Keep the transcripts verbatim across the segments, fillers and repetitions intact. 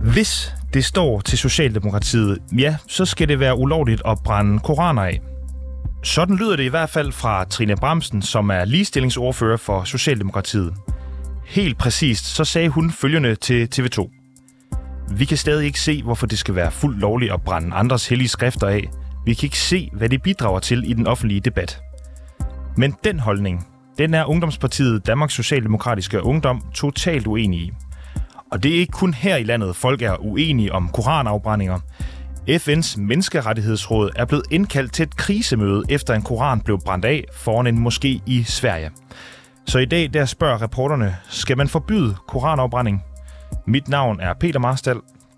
Hvis det står til Socialdemokratiet, ja, så skal det være ulovligt at brænde koraner af. Sådan lyder det i hvert fald fra Trine Bramsen, som er ligestillingsordfører for Socialdemokratiet. Helt præcist, så sagde hun følgende til T V to. Vi kan stadig ikke se, hvorfor det skal være fuldt lovligt at brænde andres hellige skrifter af. Vi kan ikke se, hvad det bidrager til i den offentlige debat. Men den holdning, den er Ungdomspartiet Danmarks Socialdemokratiske Ungdom totalt uenig i. Og det er ikke kun her i landet, folk er uenige om koranafbrændinger. F N's Menneskerettighedsråd er blevet indkaldt til et krisemøde, efter en koran blev brændt af foran en moské i Sverige. Så i dag der spørger reporterne, skal man forbyde koranafbrænding? Mit navn er Peter Marstal.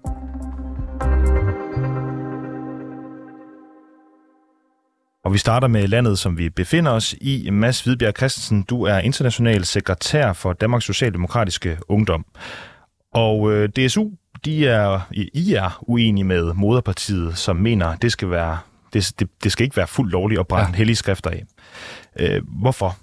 Og vi starter med landet, som vi befinder os i. Mads Hvidbjerg Christensen, du er international sekretær for Danmarks Socialdemokratiske Ungdom. Og øh, D S U, de er, I er uenige med moderpartiet, som mener, det skal være, det, det, det skal ikke være fuldt lovligt at brænde ja. hellige skrifter af. Øh, hvorfor?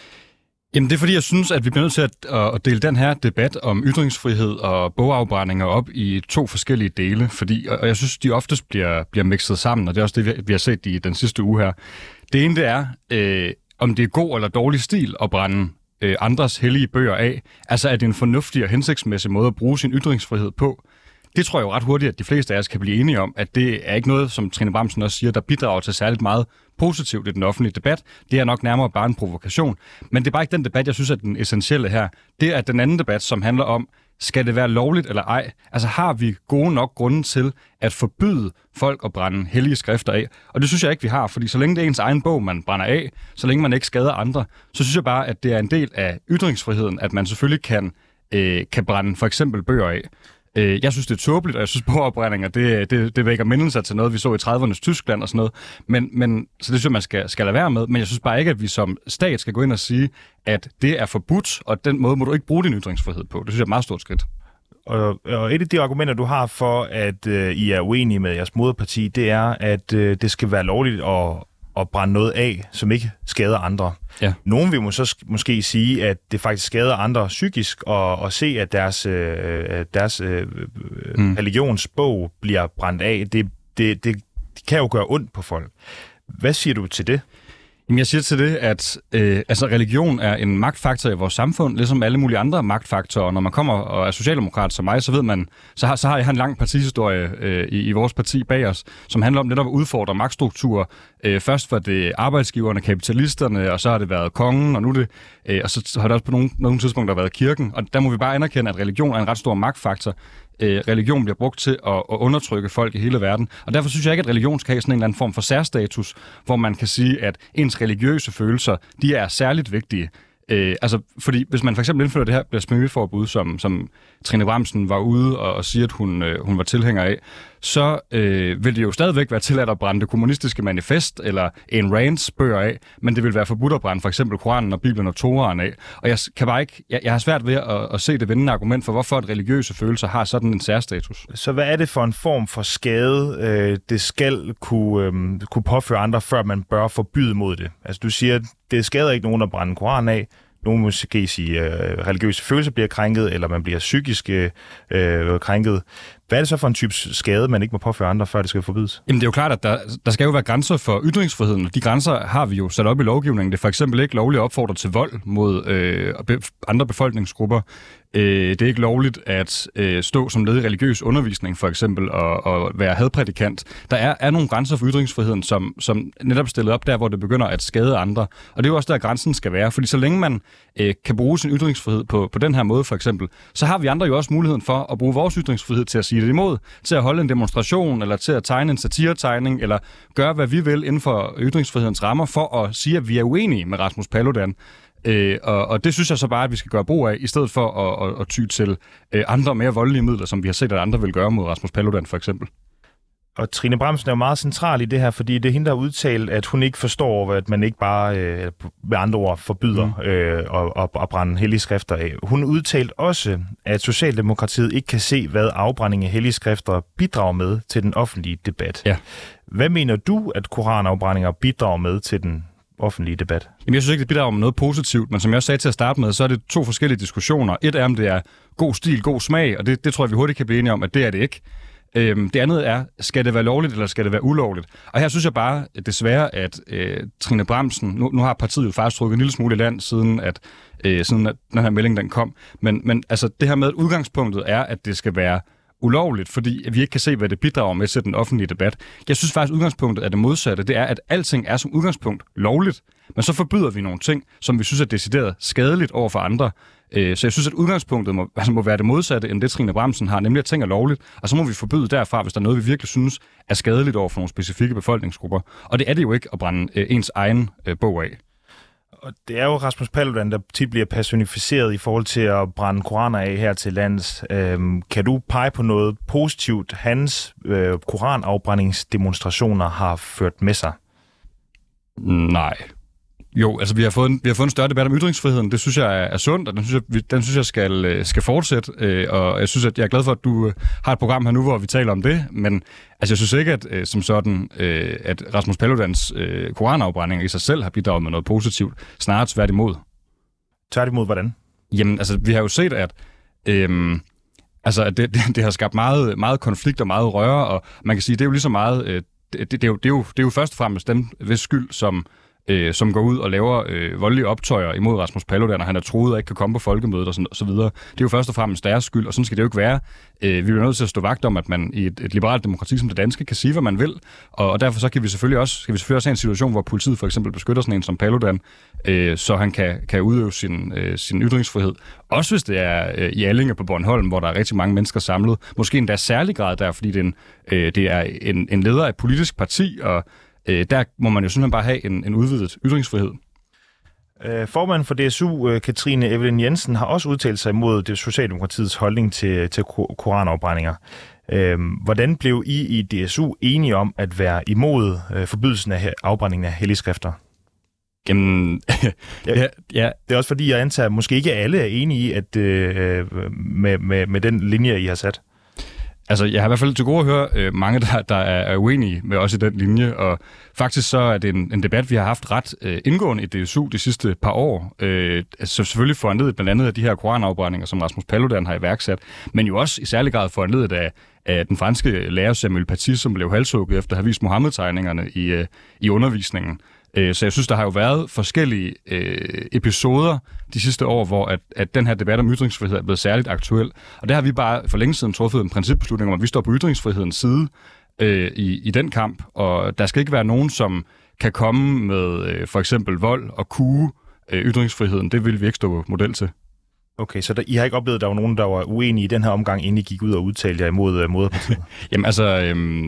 Jamen det er fordi, jeg synes, at vi bliver nødt til at, at dele den her debat om ytringsfrihed og bogafbrændinger op i to forskellige dele, fordi, og jeg synes, de oftest bliver, bliver mixet sammen, og det er også det, vi har set i den sidste uge her. Det ene det er, øh, om det er god eller dårlig stil at brænde øh, andres hellige bøger af. Altså er det en fornuftig og hensigtsmæssig måde at bruge sin ytringsfrihed på. Det tror jeg jo ret hurtigt, at de fleste af os kan blive enige om, at det er ikke noget, som Trine Bramsen også siger, der bidrager til særligt meget positivt i den offentlige debat. Det er nok nærmere bare en provokation. Men det er bare ikke den debat, jeg synes er den essentielle her. Det er den anden debat, som handler om, skal det være lovligt eller ej? Altså har vi gode nok grunde til at forbyde folk at brænde hellige skrifter af? Og det synes jeg ikke, vi har, fordi så længe det er ens egen bog, man brænder af, så længe man ikke skader andre, så synes jeg bare, at det er en del af ytringsfriheden, at man selvfølgelig kan, øh, kan brænde for eksempel bøger af. Jeg synes, det er tåbeligt, og jeg synes, bogafbrændinger, det, det, det vækker mindelser til noget, vi så i tredivernes Tyskland og sådan noget. Men, men, så det synes jeg, man skal, skal lade være med. Men jeg synes bare ikke, at vi som stat skal gå ind og sige, at det er forbudt, og den måde må du ikke bruge din ytringsfrihed på. Det synes jeg er et meget stort skridt. Og, og et af de argumenter, du har for, at øh, I er uenige med jeres moderparti, det er, at øh, det skal være lovligt at, at brænde noget af, som ikke skader andre. Ja. Nogen vil så måske sige, at det faktisk skader andre psykisk, og, og se, at deres, øh, deres øh, mm. religionsbog bliver brændt af. Det, det, det kan jo gøre ondt på folk. Hvad siger du til det? Jamen, jeg siger til det, at øh, altså, religion er en magtfaktor i vores samfund, ligesom alle mulige andre magtfaktorer. Når man kommer og er socialdemokrat som mig, så ved man, så har, så har jeg en lang partihistorie øh, i, i vores parti bag os, som handler om netop at udfordre magtstrukturer. Øh, først var det arbejdsgiverne, kapitalisterne, og så har det været kongen, og nu det, øh, og så har det også på nogle, nogle tidspunkter været kirken. Og der må vi bare anerkende, at religion er en ret stor magtfaktor. Øh, religion bliver brugt til at, at undertrykke folk i hele verden. Og derfor synes jeg ikke, at religion skal have sådan en eller anden form for særstatus, hvor man kan sige, at ens religiøse følelser, de er særligt vigtige. Øh, altså, fordi hvis man for eksempel indfører det her blasfemiforbud, som, som Trine Bramsen var ude og, og siger, at hun, øh, hun var tilhænger af, så øh, vil det jo stadigvæk være tilladt at brænde det kommunistiske manifest eller en Rands bøger af, men det vil være forbudt at brænde for eksempel Koranen og Bibelen og Toraen af. Og jeg kan bare ikke, jeg, jeg har svært ved at, at se det vendende argument for, hvorfor at religiøse følelser har sådan en særstatus. Så hvad er det for en form for skade, øh, det skal kunne, øh, kunne påføre andre, før man bør forbyde mod det? Altså du siger, det skader ikke nogen at brænde Koranen af. Nogle måske sige, at øh, religiøse følelser bliver krænket, eller man bliver psykisk øh, krænket. Hvad er det så for en type skade, man ikke må påføre andre, før det skal forbydes? Jamen det er jo klart, at der, der skal jo være grænser for ytringsfriheden, og de grænser har vi jo sat op i lovgivningen. Det er for eksempel ikke lovligt at opfordre til vold mod øh, andre befolkningsgrupper. Øh, det er ikke lovligt at øh, stå som led i religiøs undervisning, for eksempel, og, og være hadprædikant. Der er, er nogle grænser for ytringsfriheden, som, som netop stillet op der, hvor det begynder at skade andre. Og det er jo også der, grænsen skal være. Fordi så længe man øh, kan bruge sin ytringsfrihed på, på den her måde, for eksempel, så har vi andre jo også muligheden for at bruge vores ytringsfrihed til at sige det imod, til at holde en demonstration, eller til at tegne en satiretegning, eller gøre, hvad vi vil inden for ytringsfrihedens rammer, for at sige, at vi er uenige med Rasmus Paludan. Øh, og, og det synes jeg så bare, at vi skal gøre brug af, i stedet for at, at, at ty til øh, andre mere voldelige midler, som vi har set, at andre vil gøre mod Rasmus Paludan, for eksempel. Og Trine Bramsen er jo meget central i det her, fordi det er hende, der har udtalt, at hun ikke forstår, at man ikke bare øh, med andre ord forbyder mm. øh, at, at, at brænde hellige skrifter af. Hun udtalte også, at Socialdemokratiet ikke kan se, hvad afbrænding af hellige skrifter bidrager med til den offentlige debat. Ja. Hvad mener du, at koranafbrændinger bidrager med til den offentlige debat? Jamen, jeg synes ikke, det bidrager med noget positivt, men som jeg også sagde til at starte med, så er det to forskellige diskussioner. Et er, om det er god stil, god smag, og det, det tror jeg, vi hurtigt kan blive enige om, at det er det ikke. Øhm, det andet er, skal det være lovligt, eller skal det være ulovligt? Og her synes jeg bare, desværre, at øh, Trine Bramsen, nu, nu har partiet jo faktisk trukket en lille smule i land, siden at, øh, siden at den her melding den kom, men, men altså, det her med, at udgangspunktet er, at det skal være ulovligt, fordi vi ikke kan se, hvad det bidrager med til den offentlige debat. Jeg synes faktisk, at udgangspunktet er det modsatte. Det er, at alting er som udgangspunkt lovligt, men så forbyder vi nogle ting, som vi synes er decideret skadeligt over for andre. Så jeg synes, at udgangspunktet må, altså må være det modsatte, end det Trine Bramsen har, nemlig at ting er lovligt, og så må vi forbyde derfra, hvis der er noget, vi virkelig synes er skadeligt over for nogle specifikke befolkningsgrupper. Og det er det jo ikke at brænde ens egen bog af. Og det er jo Rasmus Paludan, der tit bliver personificeret i forhold til at brænde koraner af her til lands. Øhm, kan du pege på noget positivt, hans øh, koranafbrændingsdemonstrationer har ført med sig? Nej. Jo, altså vi har fået en, vi har fået en større debat om ytringsfriheden. Det synes jeg er, er sundt, og den synes jeg, den synes jeg skal, skal fortsætte. Øh, og jeg synes, at jeg er glad for, at du har et program her nu, hvor vi taler om det. Men altså, jeg synes ikke, at øh, som sådan, øh, at Rasmus Paludans øh, koranafbrændinger i sig selv har bidraget med noget positivt. Snarere tværtimod. Tværtimod, hvordan? Jamen, altså, vi har jo set, at øh, altså, at det, det, det har skabt meget, meget konflikt og meget røre, og man kan sige, det er jo lige så meget, øh, det, det, det, er jo, det, er jo, det er jo først og fremmest dem hvis skyld, som Øh, som går ud og laver øh, voldelige optøjer imod Rasmus Paludan, og han er truet og ikke kan komme på folkemødet og, sådan, og så videre. Det er jo først og fremmest deres skyld, og sådan skal det jo ikke være. Øh, vi er nødt til at stå vagt om, at man i et, et liberalt demokrati som det danske kan sige, hvad man vil, og, og derfor så kan vi selvfølgelig også, skal vi selvfølgelig også have en situation, hvor politiet for eksempel beskytter sådan en som Paludan, øh, så han kan, kan udøve sin, øh, sin ytringsfrihed. Også hvis det er øh, i Allinge på Bornholm, hvor der er rigtig mange mennesker samlet. Måske endda særlig grad der, fordi det er en, øh, det er en, en leder af et politisk parti, og Øh, der må man jo simpelthen bare have en, en udvidet ytringsfrihed. Øh, formanden for D S U, øh, Katrine Evelyn Jensen, har også udtalt sig imod det Socialdemokratiets holdning til, til koranafbrændinger. Øh, hvordan blev I i D S U enige om at være imod øh, forbydelsen af afbrændingen af hellige skrifter? Jamen, ja, ja. Det er også fordi, jeg antager, at måske ikke alle er enige i, at øh, med, med, med den linje, I har sat. Altså, jeg har i hvert fald til gode at høre øh, mange, der, der er uenige med os i den linje, og faktisk så er det en, en debat, vi har haft ret øh, indgående i D S U de sidste par år. Øh, altså selvfølgelig foranledet blandt andet af de her koranafbrændinger, som Rasmus Paludan har iværksat, men jo også i særlig grad foranledet af, af den franske lærer Samuel Paty, som blev halshugget efter at have vist Mohammed-tegningerne i, øh, i undervisningen. Så jeg synes, der har jo været forskellige øh, episoder de sidste år, hvor at, at den her debat om ytringsfrihed er blevet særligt aktuel. Og der har vi bare for længe siden truffet en principbeslutning om, at vi står på ytringsfrihedens side øh, i, i den kamp. Og der skal ikke være nogen, som kan komme med øh, for eksempel vold og kue øh, ytringsfriheden. Det vil vi ikke stå model til. Okay, så der, I har ikke oplevet, at der var nogen, der var uenige i den her omgang, inden I gik ud og udtalte jer imod øh, moderpartiet? Jamen altså... Øh,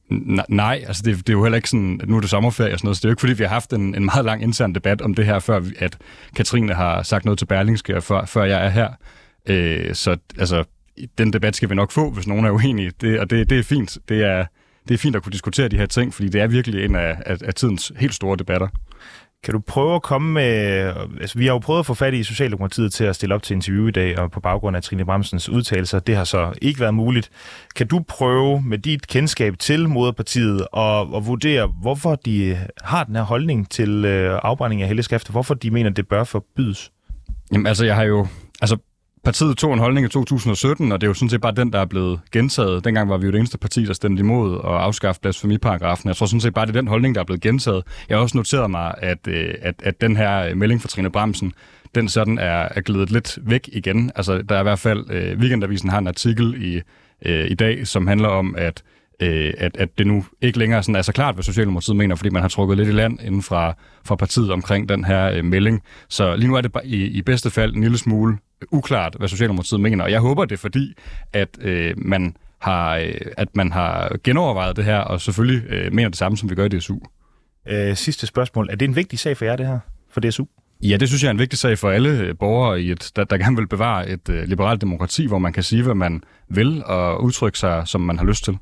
Nej, altså det, det er jo heller ikke sådan, at nu er det sommerferie og sådan noget, så det er jo ikke fordi, vi har haft en, en meget lang intern debat om det her, før at Katrine har sagt noget til Berlingske, før, før jeg er her. Øh, så altså, den debat skal vi nok få, hvis nogen er uenige, det, og det, det er fint. Det er, det er fint at kunne diskutere de her ting, fordi det er virkelig en af, af, af tidens helt store debatter. Kan du prøve at komme med... Altså, vi har jo prøvet at få fat i Socialdemokratiet til at stille op til interview i dag, og på baggrund af Trine Bramsens udtalelser, det har så ikke været muligt. Kan du prøve med dit kendskab til moderpartiet og, og vurdere, hvorfor de har den her holdning til øh, afbrænding af hellige skrifter? Hvorfor de mener, det bør forbydes? Jamen altså, jeg har jo... Altså, partiet tog en holdning i to tusind og sytten, og det er jo sådan set bare den, der er blevet gentaget. Dengang var vi jo det eneste parti, der stemte imod at afskaffe blasfemiparagrafen. Jeg tror sådan set bare, det er den holdning, der er blevet gentaget. Jeg har også noteret mig, at, at, at den her melding fra Trine Bramsen, den sådan er, er glædet lidt væk igen. Altså, der er i hvert fald... Øh, Weekendavisen har en artikel i, øh, i dag, som handler om, at Øh, at, at det nu ikke længere sådan er så klart, hvad Socialdemokratiet mener, fordi man har trukket lidt i land inden fra, fra partiet omkring den her øh, melding. Så lige nu er det bare i, i bedste fald en lille smule uklart, hvad Socialdemokratiet mener, og jeg håber det, fordi at, øh, man, har, øh, at man har genovervejet det her, og selvfølgelig øh, mener det samme, som vi gør i D S U. Øh, sidste spørgsmål. Er det en vigtig sag for jer, det her, for D S U? Ja, det synes jeg er en vigtig sag for alle borgere, i et, der, der gerne vil bevare et øh, liberalt demokrati, hvor man kan sige, hvad man vil, og udtrykke sig, som man har lyst til.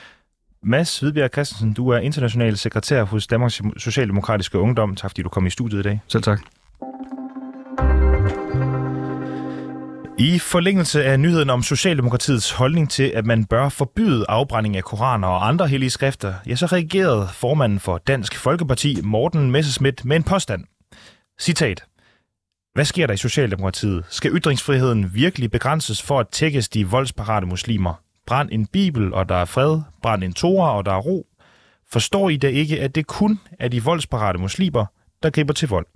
Mads Hvidbjerg Christensen, du er international sekretær hos Danmarks Socialdemokratiske Ungdom. Tak fordi du kom i studiet i dag. Selv tak. I forlængelse af nyheden om Socialdemokratiets holdning til, at man bør forbyde afbrænding af koraner og andre hellige skrifter, ja, så reagerede formanden for Dansk Folkeparti, Morten Messerschmidt, med en påstand. Citat. Hvad sker der i Socialdemokratiet? Skal ytringsfriheden virkelig begrænses for at tækkes de voldsparate muslimer? Brænd en bibel, og der er fred. Brænd en tora, og der er ro. Forstår I da ikke, at det kun er de voldsparate muslimer, der griber til vold?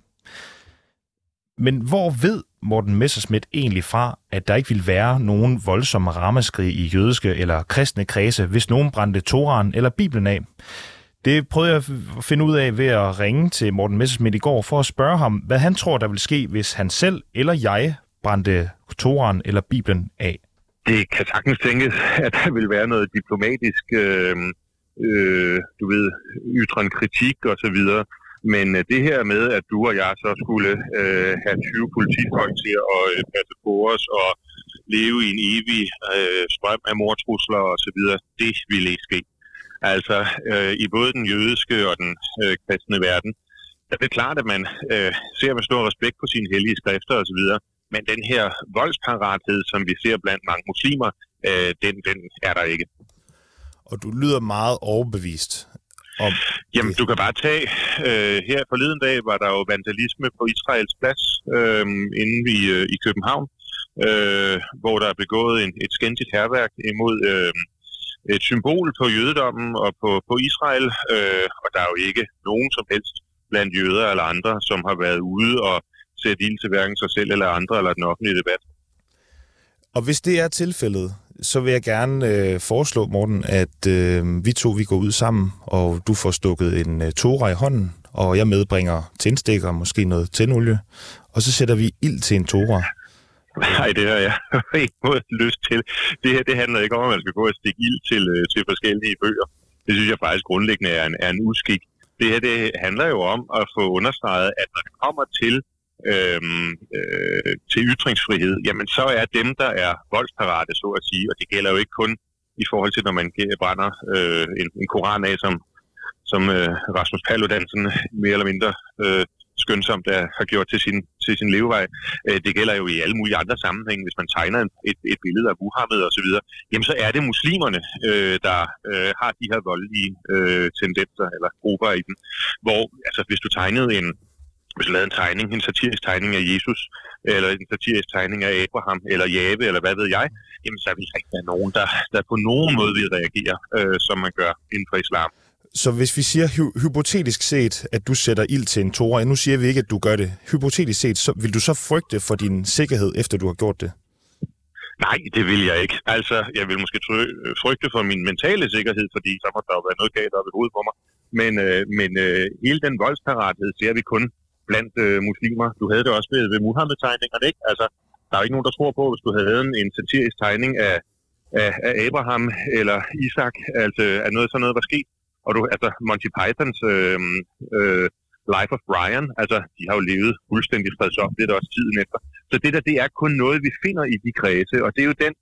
Men hvor ved Morten Messerschmidt egentlig fra, at der ikke vil være nogen voldsomme ramaskrig i jødiske eller kristne kredse, hvis nogen brændte Toraen eller Bibelen af? Det prøvede jeg at finde ud af ved at ringe til Morten Messerschmidt i går for at spørge ham, hvad han tror, der vil ske, hvis han selv eller jeg brændte Toraen eller Bibelen af. Det kan sagtens tænkes, at der vil være noget diplomatisk, øh, øh, du ved, ytrende kritik og så videre. Men det her med, at du og jeg så skulle øh, have tyve politifolk til at øh, passe på os og leve i en evig øh, strøm af mordtrusler og så videre, det ville ikke ske. Altså, øh, i både den jødiske og den øh, kristne verden, der er det klart, at man øh, ser med stor respekt på sine hellige skrifter og så videre, men den her voldsparathed, som vi ser blandt mange muslimer, øh, den, den er der ikke. Og du lyder meget overbevist. Om Jamen, du kan bare tage, øh, her forleden dag var der jo vandalisme på Israels plads øh, inde i, øh, i København, øh, hvor der er begået en, et skændigt hærværk imod øh, et symbol på jødedommen og på, på Israel, øh, og der er jo ikke nogen som helst blandt jøder eller andre, som har været ude og sætte ild til hverken sig selv eller andre eller den offentlige debat. Og hvis det er tilfældet, så vil jeg gerne øh, foreslå, Morten, at øh, vi to vi går ud sammen, og du får stukket en øh, tora i hånden, og jeg medbringer tændstikker, måske noget tændolie, og så sætter vi ild til en tora. Nej, det har jeg ikke noget lyst til. Det her det handler ikke om, at man skal gå og stikke ild til, øh, til forskellige bøger. Det synes jeg faktisk grundlæggende er en, er en uskik. Det her det handler jo om at få understreget, at når det kommer til Øhm, øh, til ytringsfrihed, jamen så er dem, der er voldsparate, så at sige, og det gælder jo ikke kun i forhold til, når man brænder øh, en, en koran af, som, som øh, Rasmus Paludan sådan mere eller mindre øh, skønsomt er, har gjort til sin, til sin levevej. Øh, det gælder jo i alle mulige andre sammenhænge, hvis man tegner et, et billede af Muhammed og så videre, jamen så er det muslimerne, øh, der øh, har de her voldelige øh, tendenser eller grupper i dem, hvor altså hvis du tegnede en Hvis du lavede en tegning, en satirisk tegning af Jesus, eller en satirisk tegning af Abraham, eller Jave, eller hvad ved jeg, jamen så vil der ikke være nogen, der, der på nogen måde vil reagere, øh, som man gør inden for islam. Så hvis vi siger hy- hypotetisk set, at du sætter ild til en tora, nu siger vi ikke, at du gør det, hypotetisk set, så vil du så frygte for din sikkerhed, efter du har gjort det? Nej, det vil jeg ikke. Altså, jeg vil måske try- frygte for min mentale sikkerhed, fordi så må der jo være noget galt op i hovedet på mig. Men, øh, men øh, hele den voldsparathed ser vi kun blandt øh, muslimer. Du havde det også ved, ved Muhammed-tegningerne, ikke? Altså, der er jo ikke nogen, der tror på, hvis du havde en, en satirisk tegning af, af, af Abraham eller Isak, altså at noget sådan noget var sket. Og du, altså, Monty Pythons øh, øh, Life of Brian, altså, de har jo levet fuldstændig fredsommeligt, det er også tiden efter. Så det der, det er kun noget, vi finder i de kredse, og det er jo den,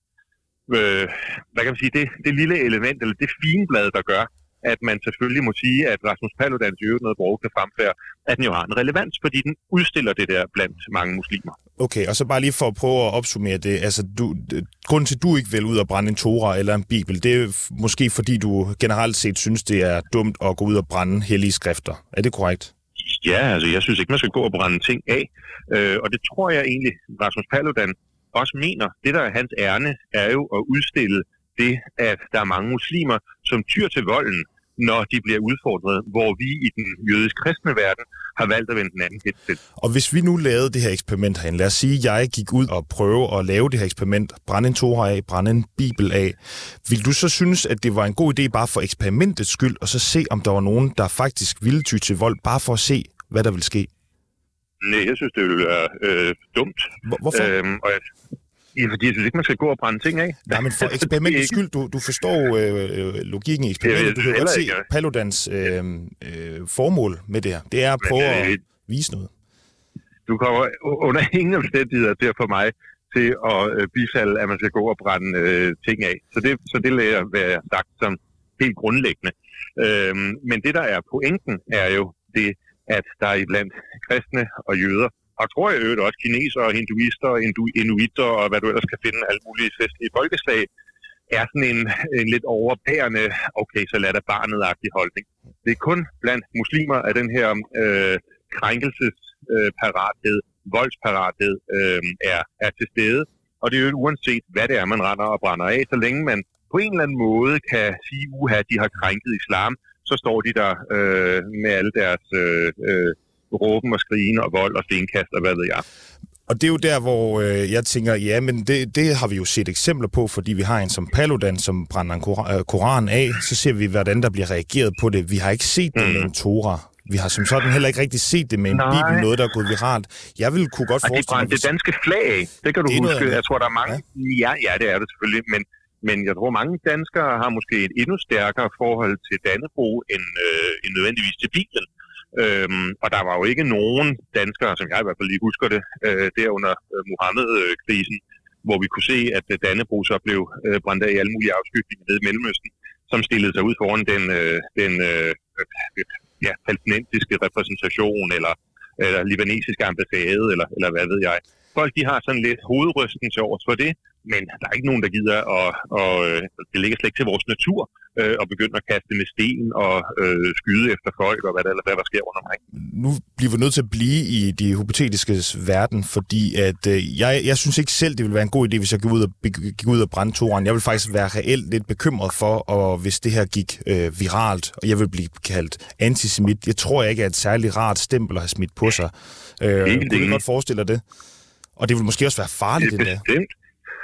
øh, hvad kan man sige, det, det lille element, eller det fineblad, der gør, at man selvfølgelig må sige, at Rasmus Paludans i øvrigt noget brugte fremfærd, at den jo har en relevans, fordi den udstiller det der blandt mange muslimer. Okay, og så bare lige for at prøve at opsummere det. Altså, du, grunden til, at du ikke vil ud og brænde en tora eller en bibel, det er måske fordi, du generelt set synes, det er dumt at gå ud og brænde hellige skrifter. Er det korrekt? Ja, altså jeg synes ikke, man skal gå og brænde ting af. Øh, og det tror jeg egentlig, Rasmus Paludan også mener. Det, der er hans ærne, er jo at udstille det, at der er mange muslimer, som tyr til volden, når de bliver udfordret, hvor vi i den jødisk-kristne verden har valgt at vende den anden hit til. Og hvis vi nu lavede det her eksperiment herinde, lad os sige, at jeg gik ud og prøve at lave det her eksperiment, brænde en tora af, brænde en bibel af, vil du så synes, at det var en god idé bare for eksperimentets skyld, og så se, om der var nogen, der faktisk ville ty til vold, bare for at se, hvad der vil ske? Nej, jeg synes, det ville være øh, dumt. Hvorfor? Øhm, og jeg, ja, fordi jeg synes ikke, man skal gå og brænde ting af. Nej, men for eksperimentets skyld, du, du forstår øh, logikken i eksperimentet. Du kan godt se Paludans øh, øh, formål med det her. Det er at prøve men, øh, at vise noget. Du kommer under ingen omstændigheder til at få mig til at øh, bifalde, at man skal gå og brænde øh, ting af. Så det, så det lader jeg være sagt som helt grundlæggende. Øhm, men det, der er pointen, er jo det, at der iblandt kristne og jøder og tror jeg øvrigt også kinesere, hinduister, hindu, inuitter og hvad du ellers kan finde, alle mulige festlige folkeslag, er sådan en, en lidt overbærende, okay, så lad da barnet-agtig holdning. Det er kun blandt muslimer, at den her øh, krænkelsesparathed, øh, voldsparathed øh, er, er til stede. Og det er jo uanset, hvad det er, man render og brænder af, så længe man på en eller anden måde kan sige, uha, de har krænket islam, så står de der øh, med alle deres øh, øh, råben og skrigen og vold og stenkast og hvad ved jeg. Og det er jo der, hvor øh, jeg tænker, ja, men det, det har vi jo set eksempler på, fordi vi har en som Paludan, som brænder en koran af, så ser vi, hvordan der bliver reageret på det. Vi har ikke set det mm. med en Torah. Vi har som sådan heller ikke rigtig set det med en Nej. Bibel, noget, der er gået viralt. Jeg vil kunne godt forestille mig... Og de brændte det danske flag af. Det kan du det huske. Jeg tror, der er mange... Ja. ja, ja, det er det selvfølgelig. Men, men jeg tror, mange danskere har måske et endnu stærkere forhold til Dannebrog end, øh, end nødvendigvis til Bibelen. Øhm, og der var jo ikke nogen danskere, som jeg i hvert fald lige husker det, øh, der under øh, Mohammed-krisen, hvor vi kunne se, at Dannebrog så blev øh, brændt af i alle mulige afskygninger nede i Mellemøsten, som stillede sig ud foran den, øh, den øh, ja, palæstinensiske repræsentation, eller, eller libanesiske ambassade, eller, eller hvad ved jeg. Folk, de har sådan lidt hovedrysten til overs for det, men der er ikke nogen, der gider, og, og det ligger slet ikke til vores natur, øh, at begynde at kaste med sten og øh, skyde efter folk, og hvad der, eller hvad der sker rundt omkring. Nu bliver vi nødt til at blive i de hypotetiske verden, fordi at, øh, jeg, jeg synes ikke selv, det ville være en god idé, hvis jeg gik ud og, gik ud og brændte Toraen. Jeg vil faktisk være reelt lidt bekymret for, og hvis det her gik øh, viralt, og jeg vil blive kaldt antisemit. Jeg tror ikke, at et særligt rart stempel at have smidt på sig. Øh, kunne du godt forestille dig det? Og det vil måske også være farligt, det, det der. Bestemt.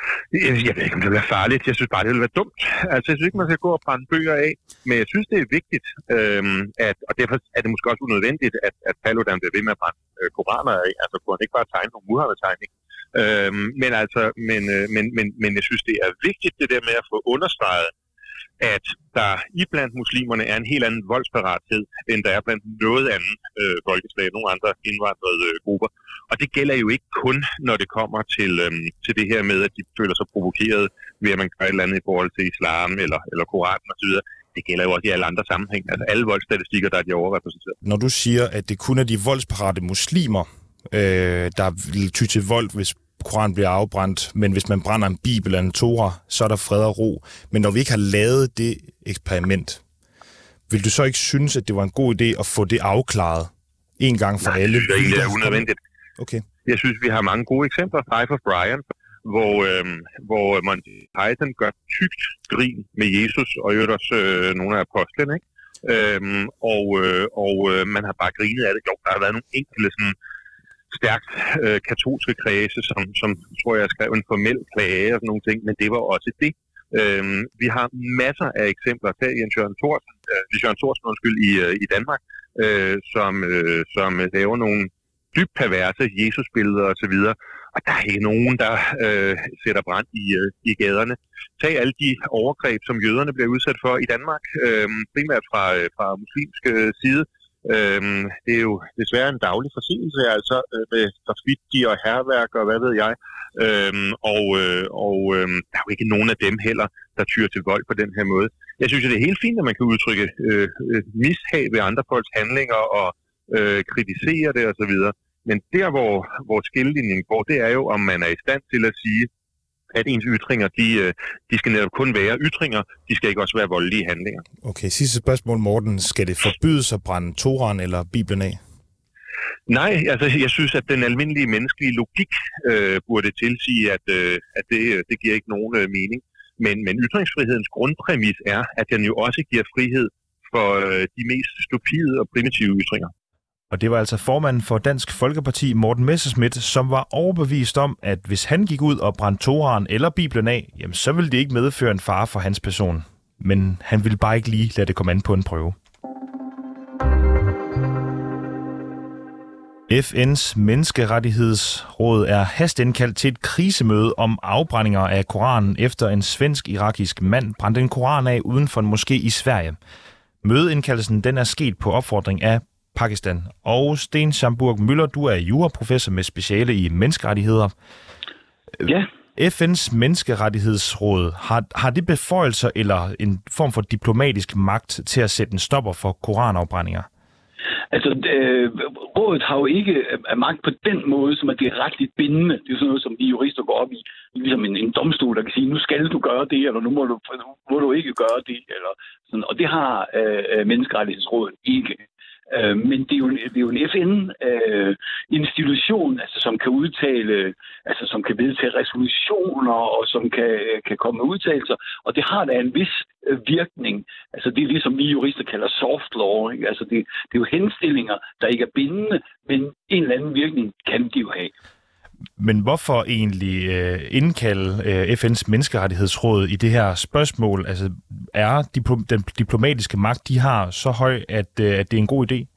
Jeg ved ikke, om det vil være farligt. Jeg synes bare, det vil være dumt. Altså, jeg synes ikke, man skal gå og brænde bøger af. Men jeg synes, det er vigtigt, øhm, at, og derfor er det måske også unødvendigt, at, at Paludan bliver ved med at brænde øh, koraner af. Altså, kunne han ikke bare tegne nogle Muhammed-tegning. Øhm, men altså, men, øh, men, men, men jeg synes, det er vigtigt, det der med at få understreget, at der iblandt muslimerne er en helt anden voldsparathed, end der er blandt noget andet øh, folkeslag, nogle andre indvandrede øh, grupper. Og det gælder jo ikke kun, når det kommer til, øhm, til det her med, at de føler sig provokeret ved, at man gør et eller andet i forhold til islam eller, eller Koranen osv. Det gælder jo også i alle andre sammenhæng. Altså alle voldsstatistikker, der er de overrepræsenteret. Når du siger, at det kun er de voldsparate muslimer, øh, der vil ty til vold, hvis Koranen bliver afbrændt, men hvis man brænder en bibel eller en Torah, så er der fred og ro. Men når vi ikke har lavet det eksperiment, vil du så ikke synes, at det var en god idé at få det afklaret en gang for Nej, alle? Nej, det er unødvendigt. Okay. Jeg synes, vi har mange gode eksempler. Life of Brian, hvor, øhm, hvor Monty Python gør tykt grin med Jesus, og jo også øh, nogle af apostlene, ikke? Øhm, og øh, og øh, man har bare grinet af det. Jo, der har været nogle enkelte sådan stærkt øh, katolske kredse, som, som tror jeg skrev en formel klage og sådan nogle ting, men det var også det. Øhm, vi har masser af eksempler til Jens Jørgen Thorsen, øh, Jørgen Thorsen undskyld, i, øh, i Danmark, øh, som, øh, som laver nogle dybt perverse Jesus-billeder osv., og der er ikke nogen, der øh, sætter brand i, øh, i gaderne. Tag alle de overgreb, som jøderne bliver udsat for i Danmark, øh, primært fra, øh, fra muslimsk øh, side. Øhm, det er jo desværre en daglig forseelse, altså øh, med graffiti og hærværk og hvad ved jeg. Øhm, og øh, og øh, der er jo ikke nogen af dem heller, der tyrer til vold på den her måde. Jeg synes, det er helt fint, at man kan udtrykke øh, mishag ved andre folks handlinger og øh, kritisere det osv. Men der, hvor, hvor skillelinjen går, det er jo, om man er i stand til at sige, at ens ytringer, de, de skal netop kun være ytringer, de skal ikke også være voldelige handlinger. Okay, sidste spørgsmål, Morten. Skal det forbydes at brænde Toraen eller Bibelen af? Nej, altså jeg synes, at den almindelige menneskelige logik øh, burde tilsige, at, øh, at det, det giver ikke nogen øh, mening. Men, men ytringsfrihedens grundpræmis er, at den jo også giver frihed for øh, de mest stupide og primitive ytringer. Og det var altså formanden for Dansk Folkeparti, Morten Messerschmidt, som var overbevist om, at hvis han gik ud og brændte Toraen eller Bibelen af, jamen så ville det ikke medføre en fare for hans person. Men han ville bare ikke lige lade det komme an på en prøve. F N's Menneskerettighedsråd er hastindkaldt til et krisemøde om afbrændinger af Koranen, efter en svensk-irakisk mand brændte en koran af uden for en moské i Sverige. Mødeindkaldelsen den er sket på opfordring af Pakistan. Og Sten Schamburg Møller, du er juraprofessor med speciale i menneskerettigheder. Ja. F N's Menneskerettighedsråd, har, har det beføjelser eller en form for diplomatisk magt til at sætte en stopper for koranafbrændinger? Altså, øh, rådet har jo ikke øh, magt på den måde, som at det er retligt bindende. Det er sådan noget, som vi jurister går op i. Ligesom en, en domstol, der kan sige, nu skal du gøre det, eller nu må du, nu må du ikke gøre det. Eller sådan. Og det har øh, Menneskerettighedsrådet ikke. Øh, men det er jo, det er jo en F N-institution, øh, altså, som kan udtale, altså som kan vedtage resolutioner, og som kan, kan komme med udtalelser. Og det har da en vis øh, virkning. Altså det er det, som vi jurister kalder soft law. Ikke? Altså det, det er jo henstillinger, der ikke er bindende, men en eller anden virkning kan de jo have. Men hvorfor egentlig øh, indkalde øh, F N's menneskerettighedsråd i det her spørgsmål? Altså, er diplo- den diplomatiske magt, de har så høj, at, øh, at det er en god idé?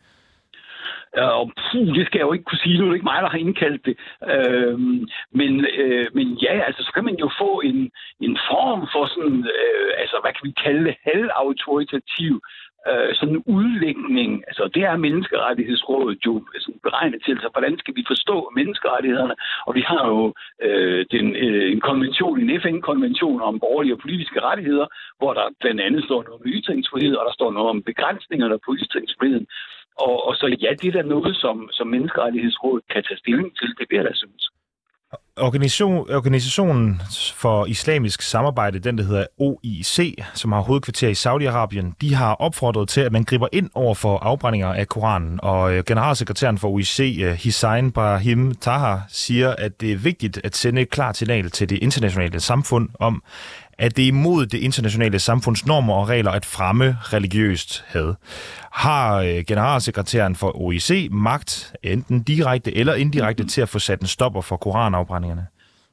Og puh, det skal jeg jo ikke kunne sige. Nu er det ikke mig, der har indkaldt det. Øhm, men, øh, men ja, altså, så kan man jo få en, en form for sådan, øh, altså, hvad kan vi kalde det, halvautoritativ øh, sådan en udlægning. Altså, det er Menneskerettighedsrådet jo sådan beregnet til. Så hvordan skal vi forstå menneskerettighederne? Og vi har jo øh, den, øh, en konvention, en F N-konvention om borgerlige og politiske rettigheder, hvor der blandt andet står noget om ytringsfrihed, og der står noget om begrænsningerne på ytringsfriheden. Og, og så ja, det er da noget, som, som Menneskerettighedsrådet kan tage stilling til, det vil jeg da synes. Organisation, Organisationen for Islamisk Samarbejde, den der hedder O I C, som har hovedkvarter i Saudi-Arabien, de har opfordret til, at man griber ind over for afbrændinger af Koranen. Og generalsekretæren for O I C, Hussein Brahim Taha, siger, at det er vigtigt at sende et klart signal til det internationale samfund om, at det er imod det internationale samfunds normer og regler at fremme religiøst had. Har generalsekretæren for O I C magt, enten direkte eller indirekte, til at få sat en stopper for koranafbrændingerne?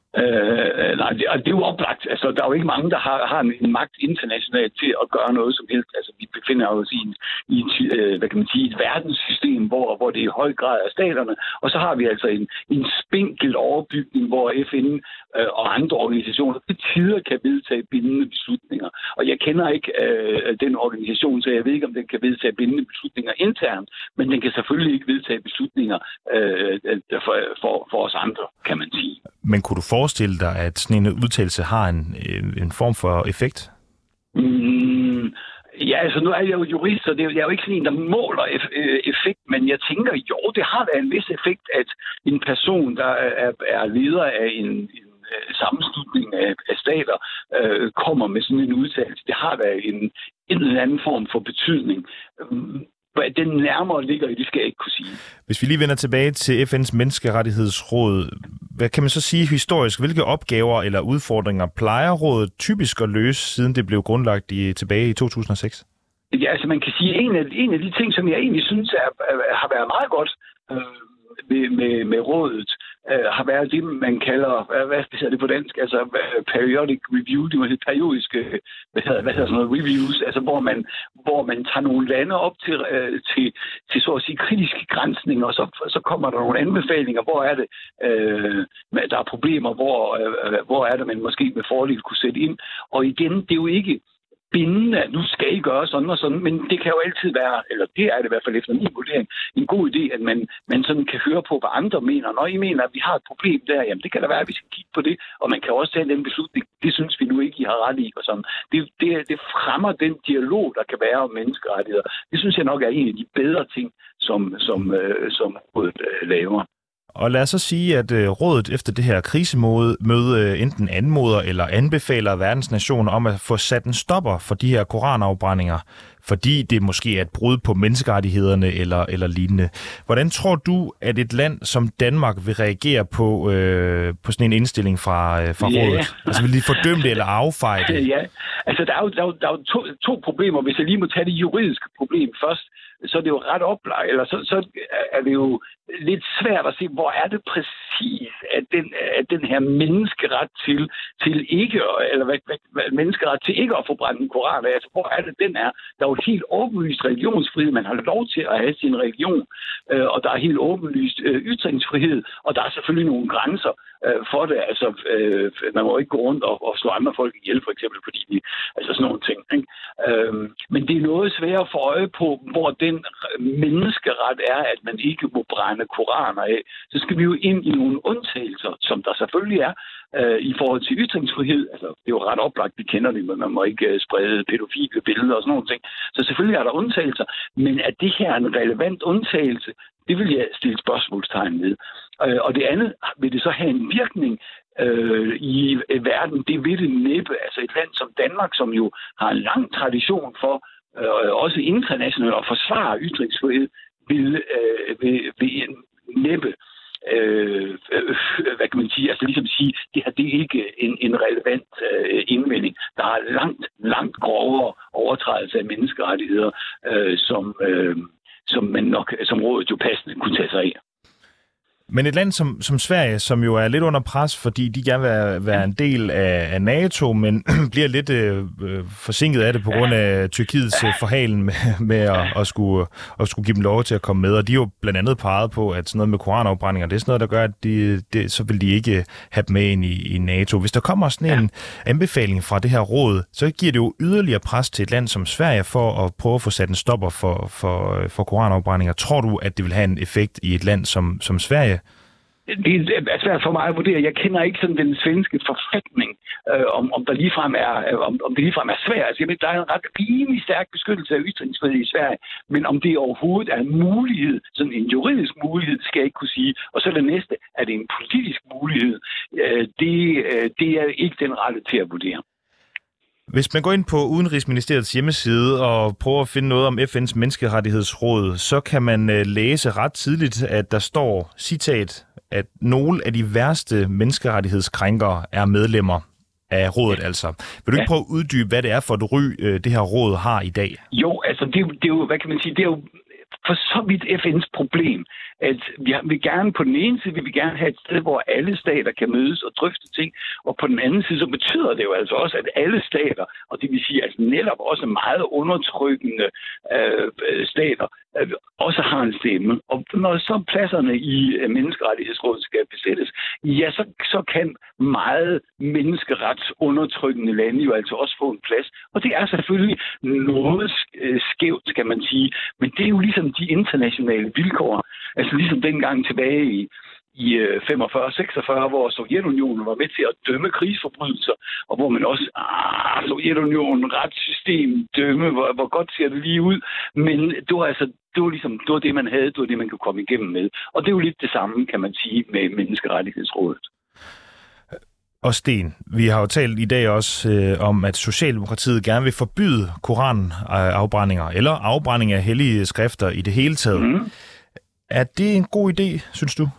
Øh, nej, det, det er jo oplagt. Altså, der er jo ikke mange, der har, har en magt internationalt til at gøre noget som helst. Altså, vi befinder os i, en, i en, hvad kan man sige, et verdenssystem, hvor, hvor det i høj grad er staterne. Og så har vi altså en, en spinkel overbygning, hvor F N øh, og andre organisationer til tider kan vedtage bindende beslutninger. Og jeg kender ikke øh, den organisation, så jeg ved ikke, om den kan vedtage bindende beslutninger internt, men den kan selvfølgelig ikke vedtage beslutninger øh, for, for, for os andre, kan man sige. Men kunne du forestille dig, at sådan en udtalelse har en, en form for effekt? Mm, ja, altså nu er jeg jo jurist, så det er, jeg er jo ikke sådan en, der måler effekt, men jeg tænker, jo, det har da en vis effekt, at en person, der er, er leder af en, en sammenslutning af, af stater, øh, kommer med sådan en udtalelse. Det har da en, en eller anden form for betydning. Den nærmere ligger i, det skal jeg ikke kunne sige. Hvis vi lige vender tilbage til F N's Menneskerettighedsråd, hvad kan man så sige historisk? Hvilke opgaver eller udfordringer plejer rådet typisk at løse, siden det blev grundlagt i, tilbage i to tusind og seks? Ja, altså man kan sige, at en af, en af de ting, som jeg egentlig synes er, har været meget godt øh, med, med, med rådet, øh, har været det, man kalder, hvad hedder det på dansk, altså periodic review, det var det periodiske, hvad hedder, hvad hedder sådan noget, reviews, altså hvor man, hvor man tager nogle lande op til, øh, til, til så at sige kritiske grænsninger, og så, så kommer der nogle anbefalinger, hvor er det, øh, der er problemer, hvor, øh, hvor er det, man måske med fordel kunne sætte ind. Og igen, det er jo ikke bindende, at nu skal I gøre sådan og sådan, men det kan jo altid være, eller det er det i hvert fald efter min vurdering, en god idé, at man, man sådan kan høre på, hvad andre mener. Når I mener, at vi har et problem der, jamen det kan da være, at vi skal kigge på det, og man kan også tage den beslutning. Det synes vi nu ikke, I har ret i. Og sådan. Det, det, det fremmer den dialog, der kan være om menneskerettigheder. Det synes jeg nok er en af de bedre ting, som, som, øh, som rådet øh, laver. Og lad os så sige, at øh, rådet efter det her krisemøde øh, enten anmoder eller anbefaler verdens nationer om at få sat en stopper for de her koranafbrændinger, fordi det måske er et brud på menneskerettighederne eller, eller lignende. Hvordan tror du, at et land som Danmark vil reagere på, øh, på sådan en indstilling fra, øh, fra yeah. rådet? Altså vil de fordømme det eller affeje det? Ja, altså der er jo, der er jo, der er jo to, to problemer. Hvis jeg lige må tage det juridiske problem først, så er det jo ret oplagt, eller så, så er det jo lidt svært at se, hvor er det præcis, at den, at den her menneskeret til, til ikke, eller hvad, hvad, menneskeret til ikke at få brændt en koran, altså hvor er det, den er? Der er jo helt åbenlyst religionsfrihed, man har lov til at have sin religion, øh, og der er helt åbenlyst øh, ytringsfrihed, og der er selvfølgelig nogle grænser. øh, for det. Altså, øh, man må ikke gå rundt og, og slå andre folk ihjel, for eksempel, fordi de, altså sådan nogle ting. Ikke? Øh, men det er noget svært at få øje på, hvor den menneskeret er, at man ikke må brænde koraner af. Så skal vi jo ind i nogle undtagelser, som der selvfølgelig er, øh, i forhold til ytringsfrihed. Altså, det er jo ret oplagt, vi kender det, men man må ikke uh, sprede pædofile billeder og sådan nogle ting. Så selvfølgelig er der undtagelser, men er det her en relevant undtagelse? Det vil jeg stille spørgsmålstegn ved. Øh, og det andet, vil det så have en virkning øh, i verden? Det vil det næppe. Altså et land som Danmark, som jo har en lang tradition for, øh, også internationalt, at forsvare ytringsfrihed, vil, øh, vil, vil næppe Øh, øh, hvad kan man sige, altså ligesom sige, det her det er ikke en, en relevant øh, indvending. Der er langt, langt grovere overtrædelse af menneskerettigheder, øh, som, øh, som man nok, som rådet jo passende kunne tage sig af. Men et land som, som Sverige, som jo er lidt under pres, fordi de gerne vil være, være en del af, af NATO, men bliver lidt øh, forsinket af det på grund af Tyrkiets øh, forhalen med, med at, at, skulle, at skulle give dem lov til at komme med. Og de er jo blandt andet peget på, at sådan noget med koranafbrændinger, det er sådan noget, der gør, at de, det, så vil de ikke have dem med ind i, i NATO. Hvis der kommer sådan en anbefaling fra det her råd, så giver det jo yderligere pres til et land som Sverige for at prøve at få sat en stopper for, for, for koranafbrændinger. Tror du, at det vil have en effekt i et land som, som Sverige? Det er svært for mig at vurdere. Jeg kender ikke sådan den svenske forfatning, øh, om, om, der ligefrem er, om, om det ligefrem er svært. Altså, jeg ved, der er en ret rimelig stærk beskyttelse af ytringsfrihed i Sverige, men om det overhovedet er en mulighed, sådan en juridisk mulighed, skal jeg ikke kunne sige. Og så det næste, er det en politisk mulighed? Øh, det, øh, det er ikke den rette til at vurdere. Hvis man går ind på Udenrigsministeriets hjemmeside og prøver at finde noget om F N's menneskerettighedsråd, så kan man læse ret tidligt, at der står, citat, at nogle af de værste menneskerettighedskrænkere er medlemmer af rådet altså. Vil du ikke prøve at uddybe, hvad det er for et ry, det her råd har i dag? Jo, altså det, det er jo, hvad kan man sige, det er jo for så vidt F N's problem, at vi vil gerne på den ene side, vi vil gerne have et sted, hvor alle stater kan mødes og drøfte ting, og på den anden side, så betyder det jo altså også, at alle stater, og det vil sige altså netop også meget undertrykkende øh, stater, øh, også har en stemme. Og når så pladserne i øh, menneskerettighedsrådet skal besættes, ja, så, så kan meget menneskeretsundertrykkende lande jo altså også få en plads. Og det er selvfølgelig noget øh, skævt, kan man sige, men det er jo ligesom de internationale vilkår, altså ligesom dengang tilbage i, i femogfyrre seksogfyrre, hvor Sovjetunionen var med til at dømme krigsforbrydelser, og hvor man også, ah, Sovjetunionen, retssystem, dømme, hvor, hvor godt ser det lige ud, men det var altså, det var ligesom, det var det, man havde, det var det, man kunne komme igennem med. Og det er jo lidt det samme, kan man sige, med Menneskerettighedsrådet. Og Sten, vi har jo talt i dag også øh, om, at Socialdemokratiet gerne vil forbyde koranafbrændinger eller afbrænding af hellige skrifter i det hele taget. Mm. Er det en god idé, synes du?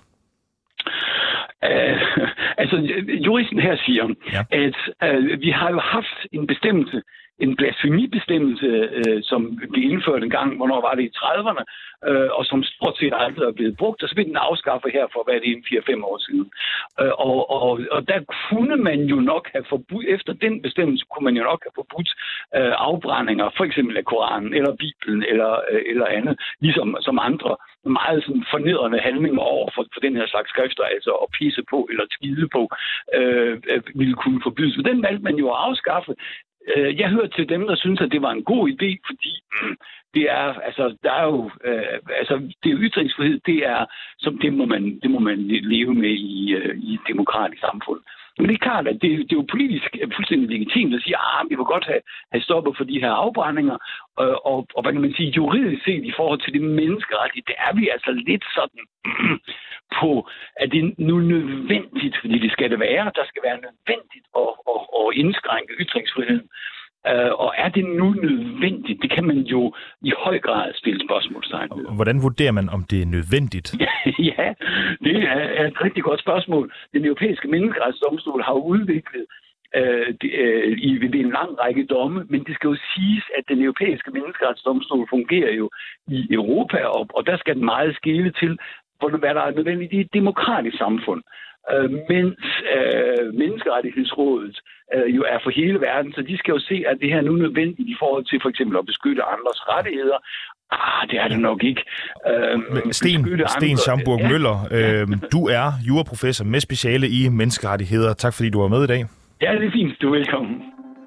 Uh, altså, juristen her siger, ja. at uh, vi har jo haft en bestemmelse, en blasfemibestemmelse, øh, som blev indført en gang, hvornår var det i trediverne, øh, og som stort set aldrig er blevet brugt, og så blev den afskaffet her for, hvad er det, en fire fem år siden. Øh, og, og, og der kunne man jo nok have forbudt, efter den bestemmelse kunne man jo nok have forbudt øh, afbrændinger, for eksempel af Koranen, eller Bibelen, eller, øh, eller andet, ligesom som andre meget sådan fornedrende handlinger over for, for den her slags skrifter, altså at pisse på eller skide på, øh, øh, ville kunne forbydes. Så den valgte man jo at afskaffe. Jeg hører til dem, der synes, at det var en god idé, fordi det er, altså, der er jo, øh, altså, det er ytringsfrihed, det er, som det må man, det må man leve med i, øh, i et demokratisk samfund. Men det er klart, at det, det er jo politisk fuldstændig legitimt at sige, at vi vil godt have, have stoppet for de her afbrændinger, øh, og, og hvad kan man sige, juridisk set i forhold til det menneskeretlige, det er vi altså lidt sådan mm, på, at det er nu nødvendigt, fordi det skal det være, der skal være nødvendigt at, at, at indskrænke ytringsfriheden. Uh, og er det nu nødvendigt? Det kan man jo i høj grad stille spørgsmålstegn ved. Hvordan vurderer man, om det er nødvendigt? Ja, det er et rigtig godt spørgsmål. Den europæiske menneskerettighedsdomstol har jo udviklet uh, det, uh, i ved en lang række domme, men det skal jo siges, at den europæiske menneskerettighedsdomstol fungerer jo i Europa, og, og der skal den meget skele til, hvad der er nødvendigt i et demokratisk samfund. Øh, mens øh, Menneskerettighedsrådet øh, jo er for hele verden, så de skal jo se, at det her nu er nødvendigt i forhold til for eksempel at beskytte andres rettigheder, Ah, det er det nok ikke. Øhm, Sten, Sten Schaumburg Møller, øh, du er juraprofessor med speciale i menneskerettigheder. Tak fordi du var med i dag. Ja, det er fint. Du er velkommen.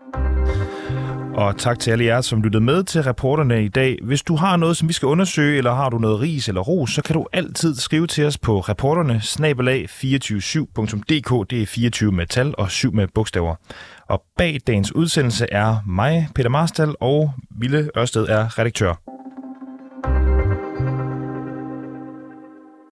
Og tak til alle jer, som lyttede med til reporterne i dag. Hvis du har noget, som vi skal undersøge, eller har du noget ris eller ros, så kan du altid skrive til os på reporterne snabel-a to fire syv punktum d k. Det er fireogtyve med tal og syv med bogstaver. Og bag dagens udsendelse er mig, Peter Marstal, og Ville Ørsted er redaktør.